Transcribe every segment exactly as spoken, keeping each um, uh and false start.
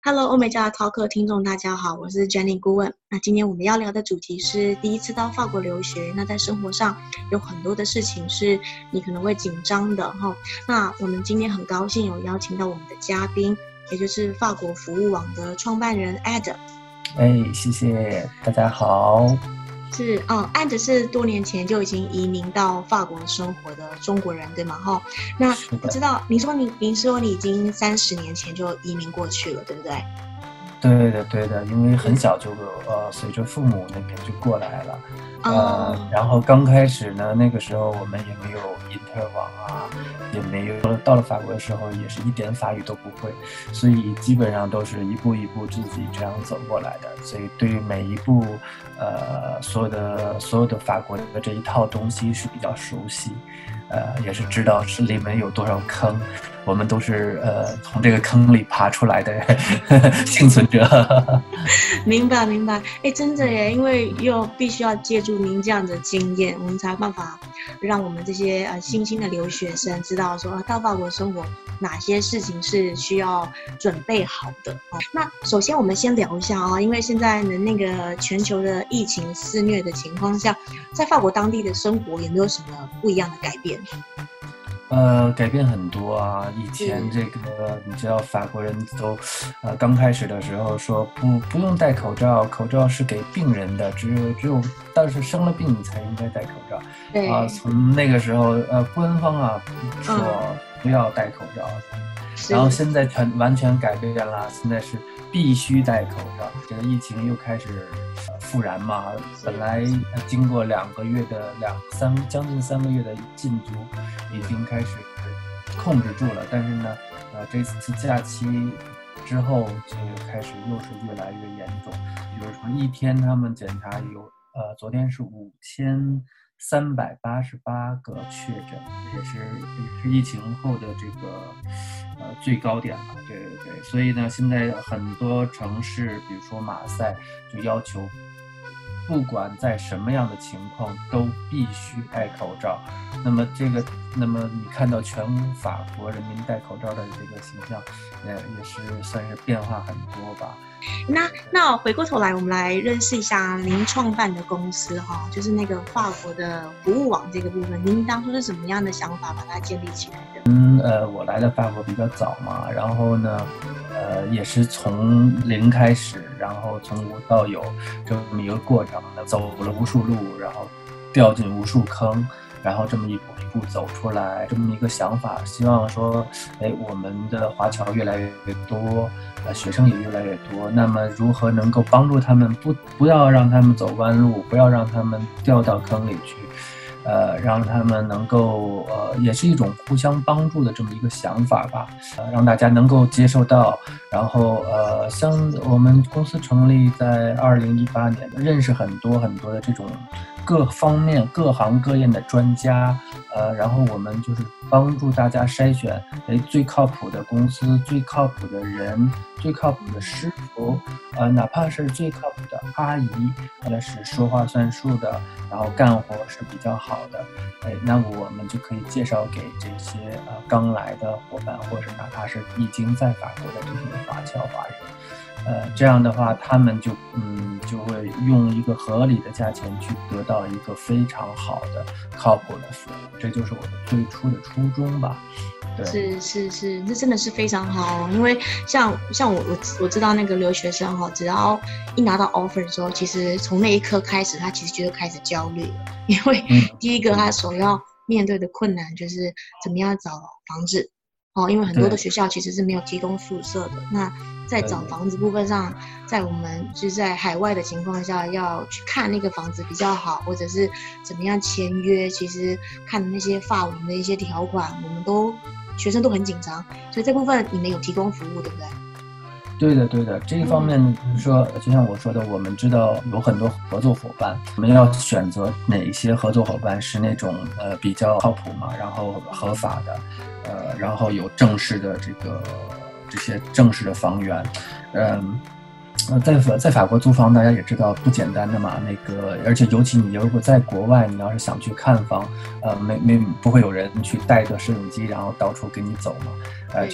Hello，欧美加的 Talk 听众大家好，我是 Jenny 顾问。那今天我们要聊的主题是第一次到法国留学，那在生活上有很多的事情是你可能会紧张的哈。那我们今天很高兴有邀请到我们的嘉宾，也就是法国服务网的创办人 Ed。 哎，谢谢，大家好。 是，嗯，Ed是多年前就已经移民到法国生活的中国人，对吗？哈，那不知道您说你您说你已经三十年前就移民过去了，对不对？ 对的，对的，因为很小就呃随着父母那边就过来了，呃， 哦， 然后刚开始呢，那个时候我们也没有因特网啊，也没有到了法国的时候，也是一点法语都不会，所以基本上都是一步一步自己这样走过来的，所以对于每一步，呃，所有的所有的法国的这一套东西是比较熟悉。呃，也是知道是里面有多少坑，我们都是呃从这个坑里爬出来的幸存者。 明白明白，哎，真的耶，因为又必须要借助您这样的经验，我们才有办法让我们这些呃新兴的留学生知道说，到法国生活哪些事情是需要准备好的。哦，那首先我们先聊一下啊，因为现在的那个全球的疫情肆虐的情况下，在法国当地的生活有没有什么不一样的改变？ 呃，改变很多啊！以前这个你知道，法国人都，呃，刚开始的时候说不不用戴口罩，口罩是给病人的，只有只有但是生了病你才应该戴口罩。 对啊，从那个时候，呃，官方啊说不要戴口罩， 嗯， 然后现在全完全改变了，现在是必须戴口罩。这个疫情又开始呃复燃嘛，本来经过两个月的两三将近三个月的禁足，已经开始控制住了。但是呢，呃，这次假期之后，这个开始又是越来越严重。比如说一天他们检查有，呃，昨天是五千三百八十八个确诊，也是也是疫情后的这个呃最高点了。对对对，所以呢，现在很多城市，比如说马赛，就要求不管在什么样的情况都必须戴口罩。那么这个，那么你看到全法国人民戴口罩的这个形象，呃，也是算是变化很多吧。 那那回过头来，我们来认识一下您创办的公司哈，就是那个法国的服务网这个部分。您当初是什么样的想法把它建立起来的？ 嗯，呃，我来的法国比较早嘛，然后呢，呃，也是从零开始，然后从无到有这么一个过程的，走了无数路，然后掉进无数坑。然后这么一步一步走出来，这么一个想法，希望说，哎，我们的华侨越来越多，呃，学生也越来越多。那么如何能够帮助他们不不要让他们走弯路，不要让他们掉到坑里去，呃，让他们能够呃，也是一种互相帮助的这么一个想法吧，呃，让大家能够接受到。然后呃，像我们公司成立在二零一八年，认识很多很多的这种各方面各行各业的专家，呃，然后我们就是帮助大家筛选，哎，最靠谱的公司、最靠谱的人、最靠谱的师傅，呃，哪怕是最靠谱的阿姨，或者是说话算数的，然后干活是比较好的，哎，那我们就可以介绍给这些呃刚来的伙伴，或者哪怕是已经在法国的这些华侨华人。呃，这样的话，他们就嗯就会用一个合理的价钱去得到一个非常好的、靠谱的服务，这就是我的最初的初衷吧。对， 是是是，这真的是非常好哦。因为像像我我我知道那个留学生哈，只要一拿到 offer 的时候，其实从那一刻开始，他其实就开始焦虑了，因为第一个他首要面对的困难就是怎么样找房子。哦，因为很多的学校其实是没有提供宿舍的。那在找房子部分上，在我们就是在海外的情况下，要去看那个房子比较好，或者是怎么样签约，其实看那些法文的一些条款，我们都学生都很紧张。所以这部分你们有提供服务，对不对？ 对的，对的，这一方面就是说，就像我说的，我们知道有很多合作伙伴，我们要选择哪一些合作伙伴是那种呃比较靠谱嘛，然后合法的，呃，然后有正式的这个这些正式的房源，嗯。呃，在法在法国租房，大家也知道不简单的嘛。那个，而且尤其你如果在国外，你要是想去看房，呃，没没不会有人去带着摄影机，然后到处给你走嘛。呃，这些东西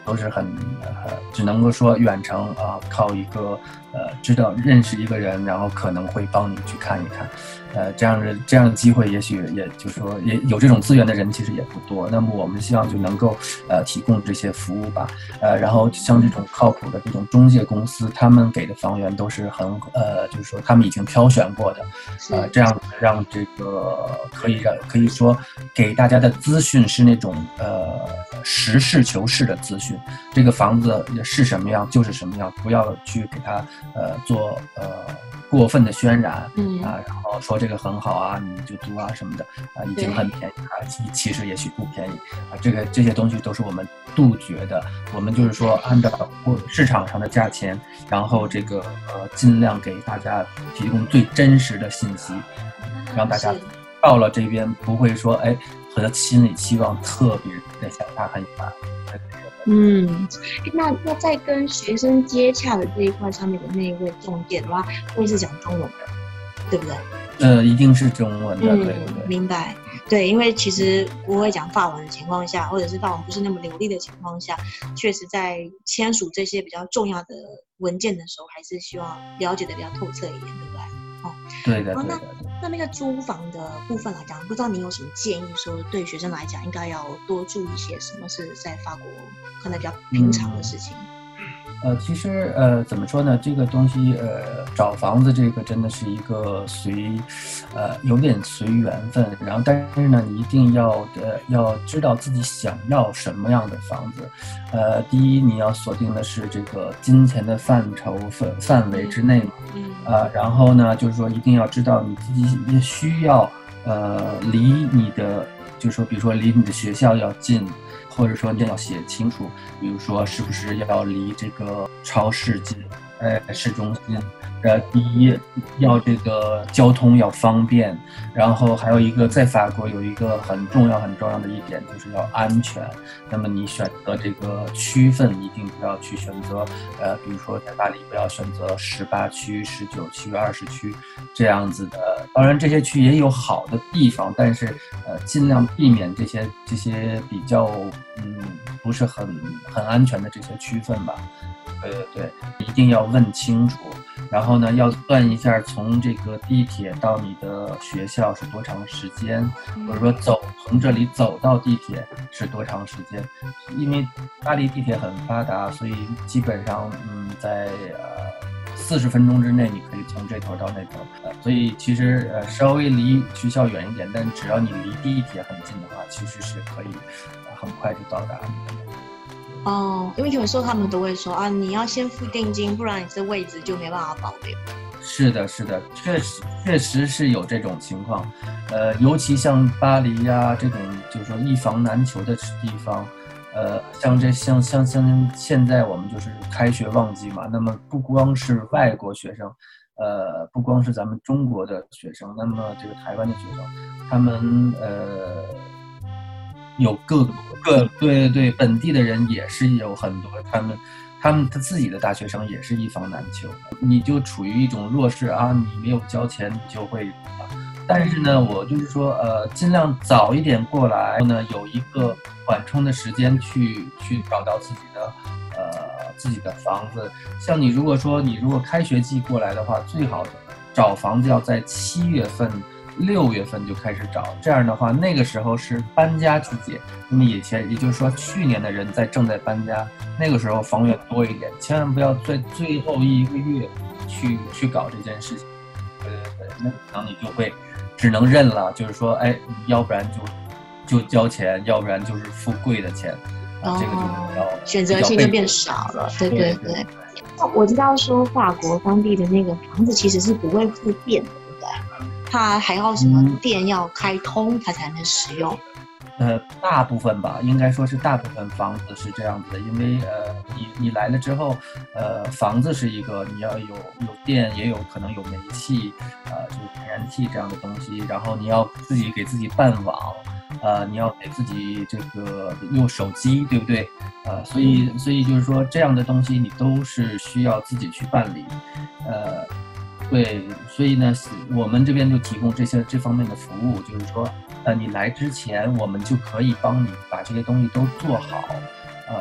都是很呃，只能够说远程啊、呃，靠一个呃知道认识一个人，然后可能会帮你去看一看，呃，这样的这样的机会，也许也就是说也有这种资源的人其实也不多。那么我们希望就能够呃提供这些服务吧，呃，然后像这种靠谱的这种中介公司，他们给的房源都是很呃，就是说他们已经挑选过的，呃，这样让这个可以让可以说给大家的资讯是那种呃实事求是的资讯。这个房子是什么样就是什么样，不要去给它呃做呃过分的渲染，嗯啊，然后说这个很好啊，你就租啊什么的啊，已经很便宜啊，其实也许不便宜啊，这个这些东西都是我们杜绝的。我们就是说按照市场上的价钱，然后这个呃尽量给大家提供最真实的信息，让大家到了这边不会说哎和心理期望特别的相差很远。 嗯，那那在跟学生接洽的这一块上面的那一位中介的话，会是讲中文的，对不对？ 呃，一定是中文的， 嗯、 对对对， 明白。对，因为其实不会讲法文的情况下，或者是法文不是那么流利的情况下，确实在签署这些比较重要的文件的时候，还是希望了解的比较透彻一点，对不对？哦， 对的，对的。 那那个租房的部分来讲，不知道你有什么建议，说对学生来讲应该要多注意些什么是在法国可能比较平常的事情？嗯呃，其实呃，怎么说呢？这个东西呃，找房子这个真的是一个随，呃，有点随缘分。然后，但是呢，你一定要呃要知道自己想要什么样的房子。呃，第一，你要锁定的是这个金钱的范畴范范围之内嘛。嗯。啊、呃，然后呢，就是说一定要知道你自己也需要呃离你的，就是说，比如说离你的学校要近。或者说你要写清楚，比如说是不是要离这个超市近，呃，市中心，呃，第一要这个交通要方便，然后还有一个在法国有一个很重要很重要的一点就是要安全。那么你选择这个区份一定不要去选择，呃，比如说在巴黎不要选择十八区、十九区、二十区这样子的。当然这些区也有好的地方，但是呃，尽量避免这些这些比较嗯不是很很安全的这些区分吧。对对对，一定要问清楚。然后呢，要算一下从这个地铁到你的学校是多长时间，或者说走从这里走到地铁是多长时间。因为巴黎地铁很发达，所以基本上嗯在呃四十分钟之内你可以从这头到那头。呃，所以其实呃稍微离学校远一点，但只要你离地铁很近的话，其实是可以、呃、很快就到达你的。 哦，因为有时候他们都会说啊，你要先付定金，不然你这位置就没办法保留。 是的，是的，确实确实是有这种情况，呃，尤其像巴黎呀、啊、这种就是说一房难求的地方，呃，像这像像像现在我们就是开学旺季嘛，那么不光是外国学生，呃，不光是咱们中国的学生，那么这个台湾的学生，他们呃有各各对对本地的人也是有很多，他们他们他自己的大学生也是一房难求，你就处于一种弱势啊，你没有交钱你就会。但是呢，我就是说，呃，尽量早一点过来呢，有一个缓冲的时间去去找到自己的呃自己的房子。像你如果说你如果开学季过来的话，最好找房子要在七月份。六月份就开始找，这样的话，那个时候是搬家季节。那么以前，也就是说，去年的人在正在搬家，那个时候房源多一点，千万不要在最后一个月去去搞这件事情。对对对，那可能你就会只能认了，就是说，哎，要不然就就交钱，要不然就是付贵的钱，啊，这个就比较选择性就变少了。对对对。我知道说法国当地的那个房子其实是不会付电的。它还要什么电要开通，它才能使用？ 呃，大部分吧，应该说是大部分房子是这样子的，因为呃，你你来了之后，呃，房子是一个你要有有电，也有可能有煤气，呃，就是天然气这样的东西，然后你要自己给自己办网，呃，你要给自己这个用手机，对不对？呃，所以所以就是说这样的东西你都是需要自己去办理，呃。对，所以呢，我们这边就提供这些这方面的服务，就是说，呃，你来之前，我们就可以帮你把这些东西都做好，呃，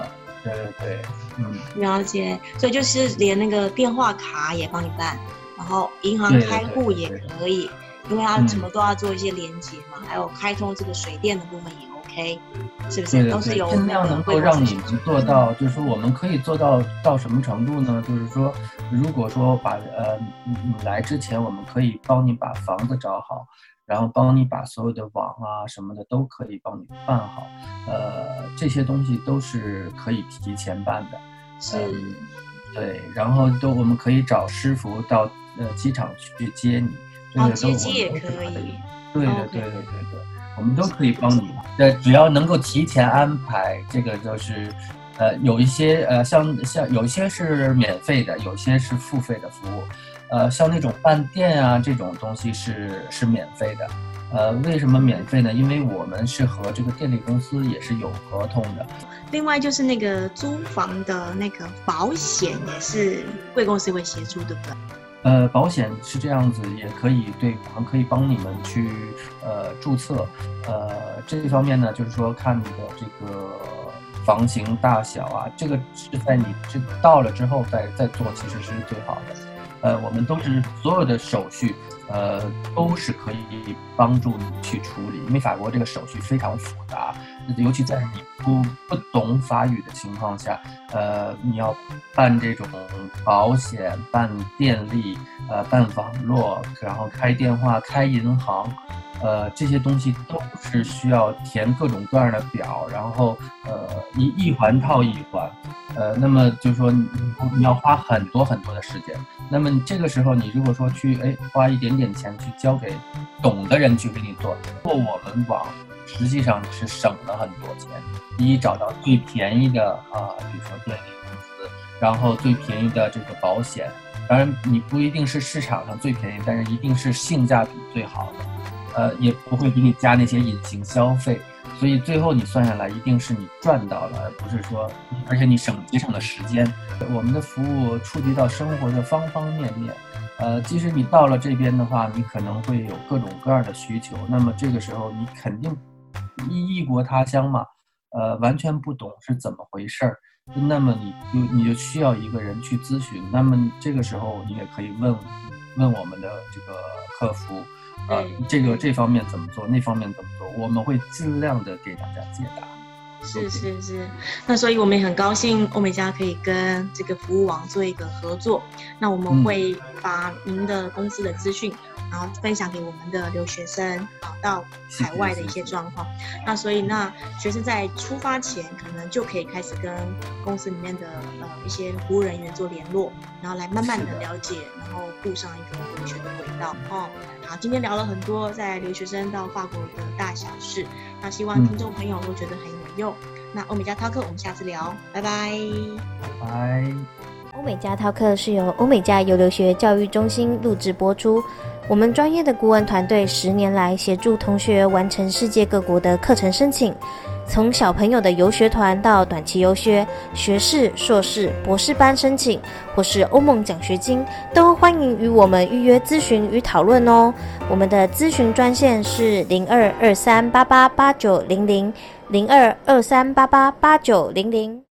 对对对，嗯， 了解。所以就是连那个电话卡也帮你办，然后银行开户也可以，因为它什么都要做一些连接嘛，还有开通这个水电的部分也 OK， 是不是？ 对对对， 都是由尽量能够让你们做到，就是说我们可以做到到什么程度呢？就是说，如果说把呃你你来之前，我们可以帮你把房子找好，然后帮你把所有的网啊什么的都可以帮你办好，呃，这些东西都是可以提前办的。 是， 嗯，对，然后都我们可以找师傅到呃机场去接你，这哦， 个都接机也我们都是可以。 对的， OK， 对的，对的，我们都可以帮你。呃，只要能够提前安排，这个就是，呃，有一些呃，像像有一些是免费的，有些是付费的服务。呃，像那种办店啊这种东西是是免费的。呃，为什么免费呢？因为我们是和这个电力公司也是有合同的。 另外就是那个租房的那个保险也是贵公司会协助，对不对？ 呃，保险是这样子，也可以，对，我们可以帮你们去呃注册，呃，这方面呢，就是说看你的这个房型大小啊，这个是在你这到了之后再再做，其实是最好的。呃，我们都是所有的手续，呃，都是可以帮助你去处理，因为法国这个手续非常复杂，尤其在你不不懂法语的情况下，呃，你要办这种保险、办电力、呃，办网络，然后开电话、开银行，呃，这些东西都是需要填各种各样的表，然后呃，一一环套一环。呃，那么就是说你你要花很多很多的时间。那么这个时候，你如果说去哎花一点点钱去交给懂的人去给你做，做我们网，实际上是省了很多钱。第一，找到最便宜的啊，比如说电力公司，然后最便宜的这个保险。当然，你不一定是市场上最便宜，但是一定是性价比最好的。呃，也不会给你加那些隐形消费。所以最后你算下来，一定是你赚到了，而不是说，而且你省节省了时间。我们的服务触及到生活的方方面面，呃，即使你到了这边的话，你可能会有各种各样的需求。那么这个时候你肯定异异国他乡嘛，呃，完全不懂是怎么回事儿，那么你就你就需要一个人去咨询。那么这个时候你也可以问问我们的这个客服。呃，这个这方面怎么做，那方面怎么做，我们会尽量的给大家解答。 是是是，那所以我们也很高兴欧美加可以跟这个服务网做一个合作。那我们会把您的公司的资讯，然后分享给我们的留学生啊，到海外的一些状况。那所以那学生在出发前，可能就可以开始跟公司里面的呃一些服务人员做联络，然后来慢慢的了解，然后步上一个留学的轨道哦。好，今天聊了很多在留学生到法国的大小事，那希望听众朋友都觉得很有用。嗯、那欧美加 Talk 我们下次聊，拜拜。 拜拜。 欧美加 Talk 是由欧美加游留学教育中心录制播出。我们专业的顾问团队十年来协助同学完成世界各国的课程申请，从小朋友的游学团到短期游学、学士、硕士、博士班申请，或是欧盟奖学金，都欢迎与我们预约咨询与讨论哦。我们的咨询专线是零二二三八八八九零零零二二三八八八九零零。